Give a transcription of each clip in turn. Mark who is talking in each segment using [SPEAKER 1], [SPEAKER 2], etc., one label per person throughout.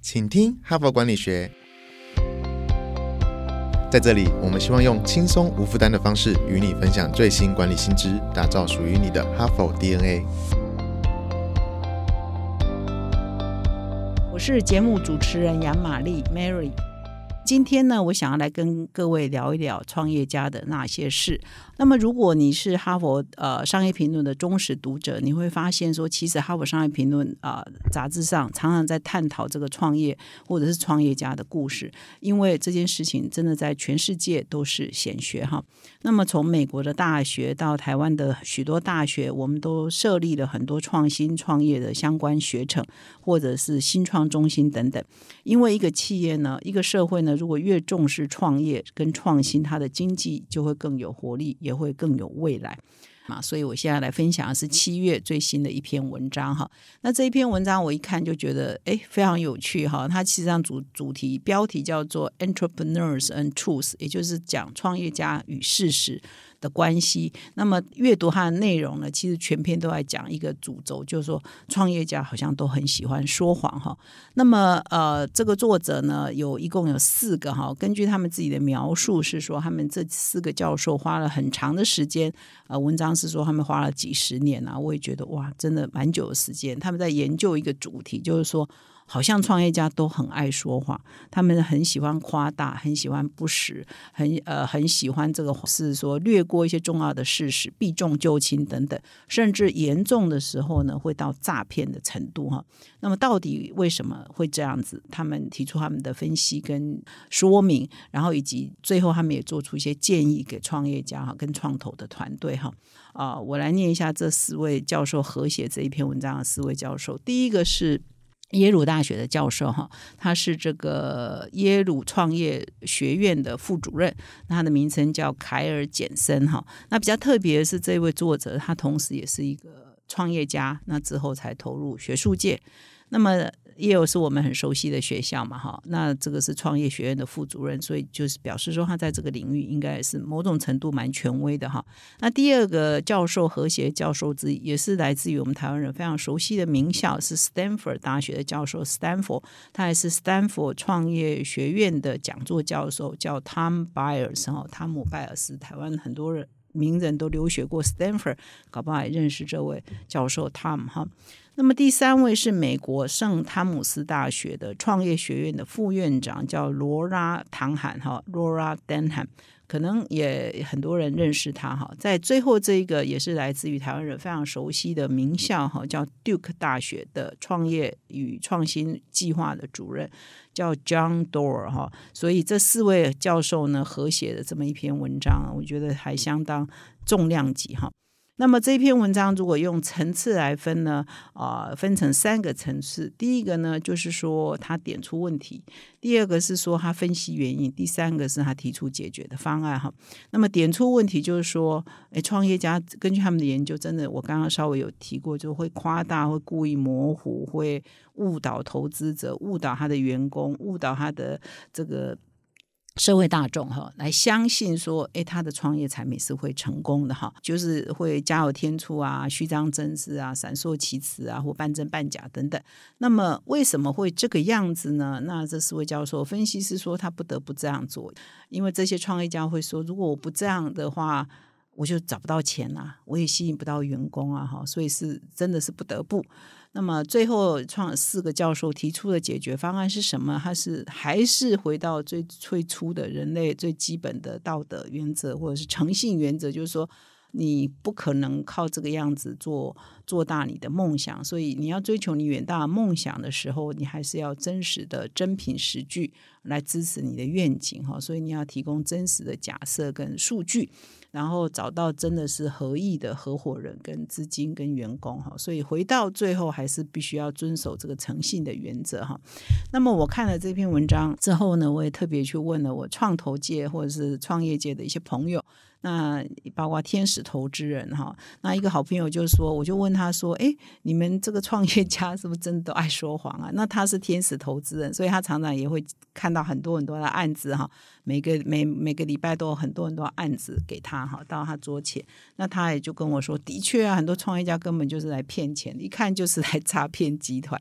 [SPEAKER 1] 请听哈佛管理学。在这里，我们希望用轻松无负担的方式与你分享最新管理新知，打造属于你的哈佛 DNA。
[SPEAKER 2] 我是节目主持人杨玛丽 Mary。今天呢，我想要来跟各位聊一聊创业家的那些事。那么如果你是哈佛商业评论的忠实读者，你会发现说，其实哈佛商业评论杂志上常常在探讨这个创业或者是创业家的故事，因为这件事情真的在全世界都是显学哈。那么从美国的大学到台湾的许多大学，我们都设立了很多创新创业的相关学程，或者是新创中心等等。因为一个企业呢，一个社会呢，如果越重视创业跟创新，它的经济就会更有活力，也会更有未来。所以我现在来分享的是7月最新的一篇文章哈。那这一篇文章我一看就觉得非常有趣哈。它其实上主题标题叫做 Entrepreneurs and Truth， 也就是讲创业家与事实的关系。那么阅读它的内容呢，其实全篇都在讲一个主轴，就是说创业家好像都很喜欢说谎哈。那么这个作者呢一共有4个哈，根据他们自己的描述是说，他们这4个教授花了很长的时间，文章是说他们花了几十年啊，我也觉得哇，真的蛮久的时间。他们在研究一个主题，就是说好像创业家都很爱说谎，他们很喜欢夸大，很喜欢不实，很喜欢这个是说略过一些重要的事实，避重就轻等等，甚至严重的时候呢会到诈骗的程度哈。那么到底为什么会这样子？他们提出他们的分析跟说明，然后以及最后他们也做出一些建议给创业家跟创投的团队哈。我来念一下这4位教授合写这一篇文章的4位教授。第一个是耶鲁大学的教授哈，他是这个耶鲁创业学院的副主任，他的名称叫凯尔简森哈。那比较特别的是，这位作者他同时也是一个创业家，那之后才投入学术界。那么也有是我们很熟悉的学校嘛哈，那这个是创业学院的副主任，所以就是表示说他在这个领域应该是某种程度蛮权威的哈。那第二个教授和谐教授之一，也是来自于我们台湾人非常熟悉的名校，是 Stanford 大学的教授 Stanford， 他也是 Stanford 创业学院的讲座教授，叫 Tom Byers 哈，汤姆拜尔斯。台湾很多人名人都留学过 Stanford， 搞不好也认识这位教授 Tom 哈。那么第3位是美国圣汤姆斯大学的创业学院的副院长，叫罗拉唐罕哈 Laura Denham， 可能也很多人认识他哈。在最后这一个也是来自于台湾人非常熟悉的名校哈，叫 Duke 大学的创业与创新计划的主任，叫 John Doerr 哈。所以这4位教授呢合写的这么一篇文章，我觉得还相当重量级哈。那么这篇文章如果用层次来分呢，分成3个层次。第一个呢就是说他点出问题，第二个是说他分析原因，第3个是他提出解决的方案哈。那么点出问题就是说，创业家根据他们的研究，真的我刚刚稍微有提过，就会夸大，会故意模糊，会误导投资者，误导他的员工，误导他的这个社会大众哈，来相信说他的创业产品是会成功的哈，就是会加油添醋啊，虚张声势啊，闪烁其词啊，或半真半假等等。那么为什么会这个样子呢？那这4位教授分析是说，他不得不这样做，因为这些创业家会说，如果我不这样的话，我就找不到钱啊，我也吸引不到员工啊，所以是真的是不得不。那么最后4个教授提出的解决方案是什么？他还是回到最初的人类最基本的道德原则，或者是诚信原则，就是说你不可能靠这个样子做大你的梦想，所以你要追求你远大的梦想的时候，你还是要真实的真凭实据来支持你的愿景，所以你要提供真实的假设跟数据，然后找到真的是合意的合伙人跟资金跟员工，所以回到最后还是必须要遵守这个诚信的原则。那么我看了这篇文章之后呢，我也特别去问了我创投界或者是创业界的一些朋友，那包括天使投资人哈。那一个好朋友就说，我就问他说，你们这个创业家是不是真的都爱说谎啊？那他是天使投资人，所以他常常也会看到很多的案子哈，每个礼拜都有很多案子给他哈，到他桌前。那他也就跟我说，的确啊，很多创业家根本就是来骗钱，一看就是来诈骗集团。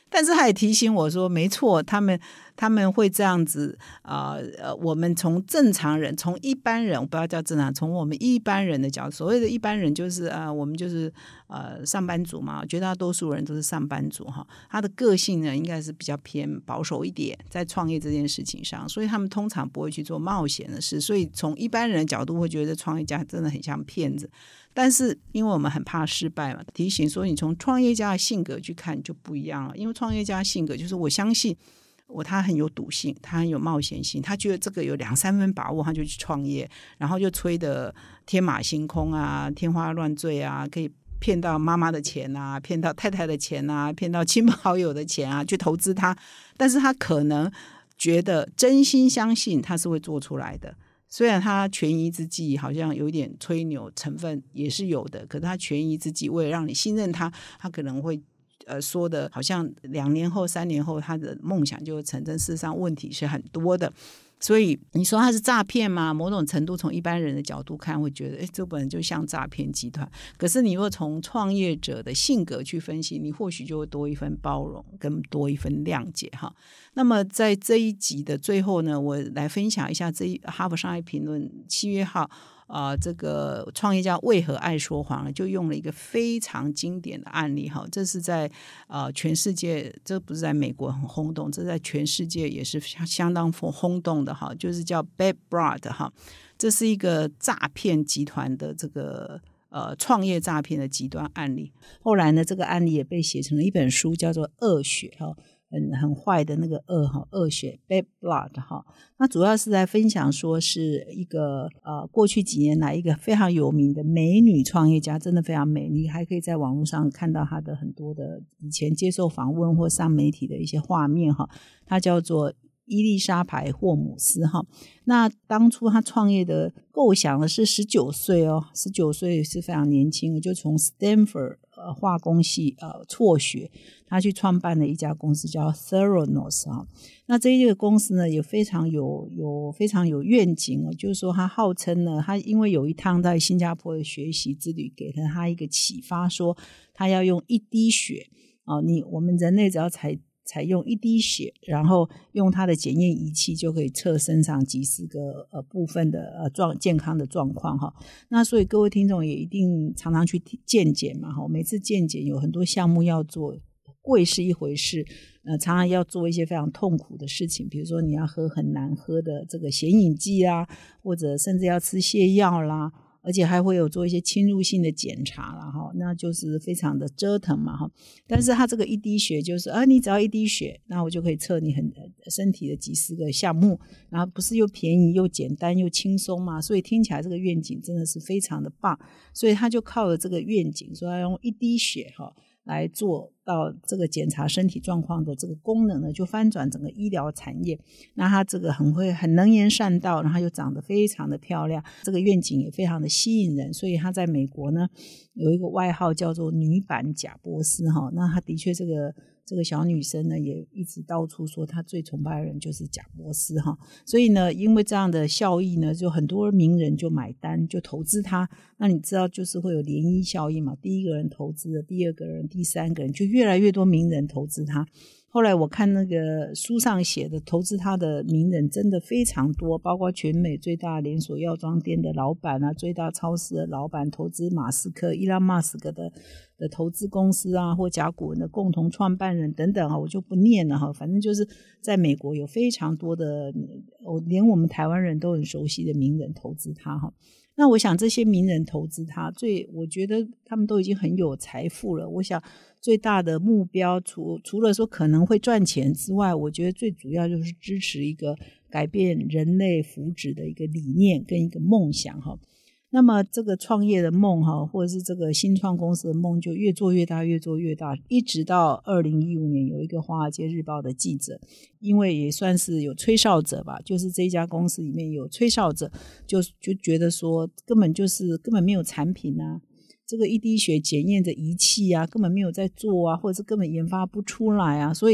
[SPEAKER 2] 但是他也提醒我说，没错，他们会这样子我们从正常人，从一般人，不要叫正常，从我们一般人的角度，所谓的一般人就是我们就是上班族嘛，绝大多数人都是上班族哈，他的个性呢应该是比较偏保守一点，在创业这件事情上，所以他们通常不会去做冒险的事，所以从一般人的角度会觉得创业家真的很像骗子。但是因为我们很怕失败嘛，提醒说你从创业家的性格去看就不一样了，因为创业家性格就是我相信他很有赌性，他很有冒险性，他觉得这个有2-3分把握他就去创业，然后就吹得天马行空啊，天花乱坠啊，可以骗到妈妈的钱啊，骗到太太的钱啊，骗到亲朋好友的钱啊，去投资他，但是他可能觉得真心相信他是会做出来的，虽然他权宜之计好像有一点吹牛成分也是有的，可是他权宜之计为了让你信任他，他可能会说的好像2年后3年后他的梦想就会成真，事实上问题是很多的。所以你说他是诈骗吗？某种程度从一般人的角度看会觉得这本来就像诈骗集团，可是你如果从创业者的性格去分析，你或许就会多一份包容跟多一份谅解哈。那么在这一集的最后呢，我来分享一下哈佛商业评论7月号这个创业家为何爱说谎，就用了一个非常经典的案例哈，这是在全世界，这不是在美国很轰动，这在全世界也是相当轰动的哈，就是叫 Bad Blood 哈，这是一个诈骗集团的这个创业诈骗的极端案例。后来呢，这个案例也被写成了一本书，叫做《恶血》哈。很坏的那个恶血 Bad Blood 哈，那主要是在分享说是一个过去几年来一个非常有名的美女创业家，真的非常美，你还可以在网络上看到她的很多的以前接受访问或上媒体的一些画面哈，她叫做伊丽莎白霍姆斯哈。那当初她创业的构想的是19岁哦，19岁是非常年轻，就从 Stanford化工系辍学，他去创办了一家公司叫 Theranos 哈。那这一个公司呢也非常有愿景哦，就是说他号称呢，他因为有一趟在新加坡的学习之旅给了他一个启发，说他要用一滴血我们人类只要采用一滴血，然后用它的检验仪器就可以测身上几十个部分的健康的状况哈。那所以各位听众也一定常常去健检嘛哈，每次健检有很多项目要做，贵是一回事，常常要做一些非常痛苦的事情，比如说你要喝很难喝的这个显影剂啦，或者甚至要吃泻药啦，而且还会有做一些侵入性的检查啦哈，那就是非常的折腾嘛哈。但是它这个一滴血就是你只要一滴血，那我就可以测你身体的几十个项目，然后不是又便宜又简单又轻松嘛，所以听起来这个愿景真的是非常的棒，所以他就靠了这个愿景，说要用一滴血来做到这个检查身体状况的这个功能呢，就翻转整个医疗产业。那他这个很能言善道，然后又长得非常的漂亮，这个愿景也非常的吸引人，所以他在美国呢有一个外号叫做女版贾伯斯哈。那他的确这个小女生呢也一直到处说她最崇拜的人就是贾伯斯哈。所以呢因为这样的效益呢，就很多名人就买单就投资他。那你知道就是会有涟漪效应嘛，第一个人投资了，第二个人，第三个人，就越来越多名人投资他。后来我看那个书上写的投资他的名人真的非常多，包括全美最大连锁药妆店的老板啊，最大超市的老板，投资马斯克伊朗马斯克的投资公司啊，或甲骨文的共同创办人等等我就不念了哈。反正就是在美国有非常多的连我们台湾人都很熟悉的名人投资他哈。那我想这些名人投资他，我觉得他们都已经很有财富了，我想最大的目标除了说可能会赚钱之外，我觉得最主要就是支持一个改变人类福祉的一个理念跟一个梦想哈。那么这个创业的梦或者是这个新创公司的梦就越做越大越做越大，一直到2015年有一个华尔街日报的记者，因为也算是有吹哨者吧，就是这家公司里面有吹哨者，就觉得说根本没有产品啊，这个一滴血检验的仪器啊根本没有在做啊，或者是根本研发不出来啊，所以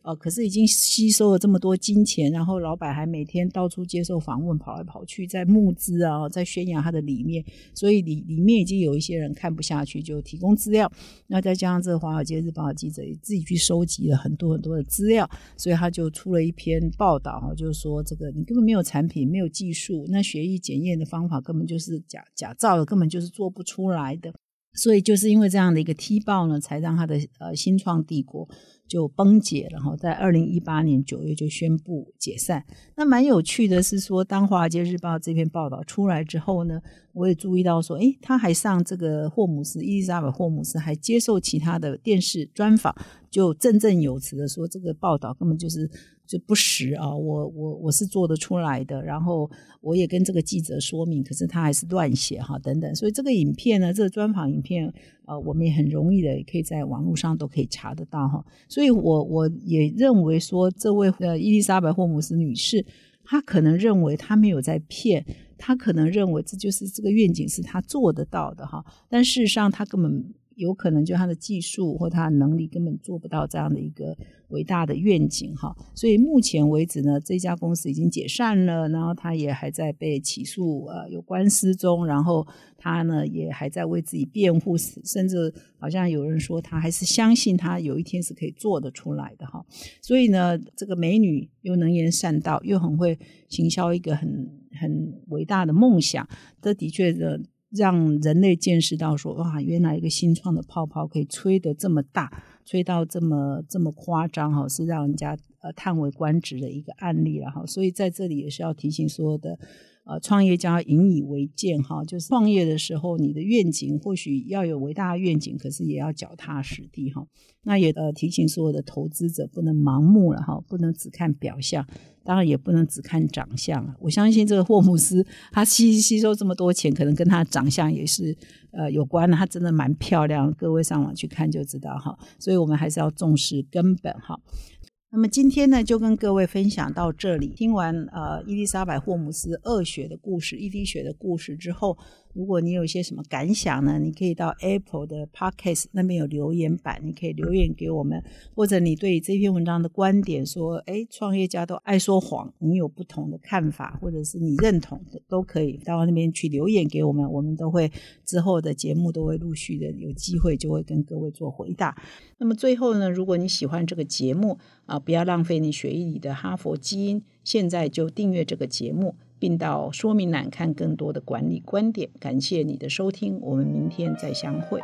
[SPEAKER 2] 可是已经吸收了这么多金钱，然后老板还每天到处接受访问，跑来跑去，在募资啊，在宣扬他的理念，所以里面已经有一些人看不下去，就提供资料。那再加上这个华尔街日报的记者也自己去收集了很多很多的资料，所以他就出了一篇报道，就是说这个你根本没有产品，没有技术，那血液检验的方法根本就是假造的，根本就是做不出来的。所以就是因为这样的一个踢爆呢，才让他的新创帝国就崩解，然后在2018年9月就宣布解散。那蛮有趣的是说，当华尔街日报这篇报道出来之后呢，我也注意到说他还上这个伊丽莎白霍姆斯还接受其他的电视专访，就振振有词的说这个报道根本就不实啊！我是做得出来的，然后我也跟这个记者说明，可是他还是乱写哈等等。所以这个影片呢，这个专访影片我们也很容易的也可以在网络上都可以查得到哈。所以我也认为说，这位伊丽莎白霍姆斯女士，她可能认为她没有在骗，她可能认为这就是这个愿景是她做得到的哈，但事实上她根本有可能就他的技术或他的能力根本做不到这样的一个伟大的愿景哈，所以目前为止呢，这家公司已经解散了，然后他也还在被起诉有官司中，然后他呢也还在为自己辩护，甚至好像有人说他还是相信他有一天是可以做得出来的哈。所以呢，这个美女又能言善道，又很会行销一个很伟大的梦想，这的确的让人类见识到说，哇，原来一个新创的泡泡可以吹得这么大，吹到这么夸张，是让人家叹为观止的一个案例了。所以在这里也是要提醒所有的创业家引以为戒，就是创业的时候你的愿景或许要有伟大的愿景，可是也要脚踏实地。那也提醒所有的投资者不能盲目了，不能只看表象，当然也不能只看长相。我相信这个霍姆斯他吸收这么多钱，可能跟他的长相也是有关的，他真的蛮漂亮，各位上网去看就知道。所以我们还是要重视根本。那么今天呢，就跟各位分享到这里。听完伊丽莎白霍姆斯2血的故事，一滴血的故事之后，如果你有一些什么感想呢，你可以到 Apple 的 Podcast 那边有留言板，你可以留言给我们，或者你对这篇文章的观点说创业家都爱说谎，你有不同的看法，或者是你认同的，都可以到那边去留言给我们，我们都会之后的节目都会陆续的有机会就会跟各位做回答。那么最后呢，如果你喜欢这个节目不要浪费你血液里的哈佛基因，现在就订阅这个节目，并到说明栏看更多的管理观点。感谢你的收听，我们明天再相会。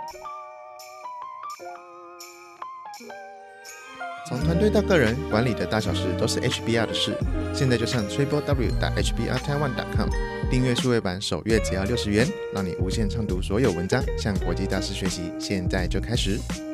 [SPEAKER 1] 从团队到个人，管理的大小事都是 HBR 的事。现在就上 www.hbrtaiwan.com 订阅数位版，首月只要60元，让你无限畅读所有文章，向国际大师学习。现在就开始。